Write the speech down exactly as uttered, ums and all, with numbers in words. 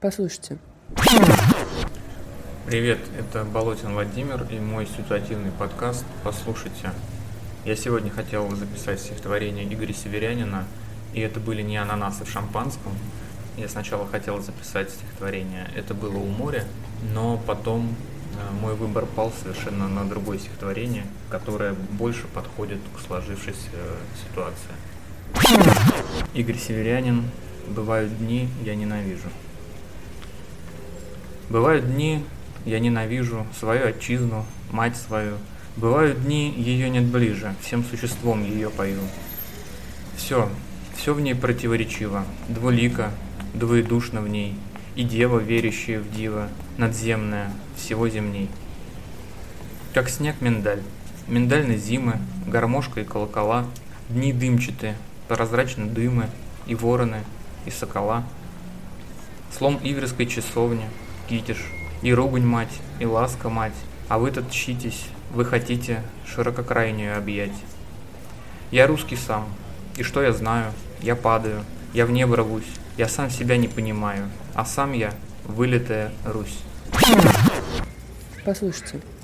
Послушайте. Привет, это Болотин Владимир и мой ситуативный подкаст «Послушайте». Я сегодня хотел записать стихотворение Игоря Северянина, и это были не ананасы в шампанском. Я сначала хотел записать стихотворение «Это было у моря», но потом мой выбор пал совершенно на другое стихотворение, которое больше подходит к сложившейся ситуации. Игорь Северянин. Бывают дни, я ненавижу. Бывают дни, я ненавижу свою отчизну, мать свою. Бывают дни, ее нет ближе, всем существом ее пою. Все, все в ней противоречиво, двулико, двоедушно в ней, и дева, верящая в диво, надземная, всего земней. Как снег миндаль, миндальной зимы, гармошка и колокола, дни дымчатые, прозрачно дымы, и вороны, и сокола. Слом иврской часовни, китиш, и ругань мать, и ласка мать, а вы-то тщитесь, вы хотите ширококрайнюю объять. Я русский сам, и что я знаю? Я падаю, я в небо рвусь, я сам себя не понимаю, а сам я вылитая Русь. Послушайте.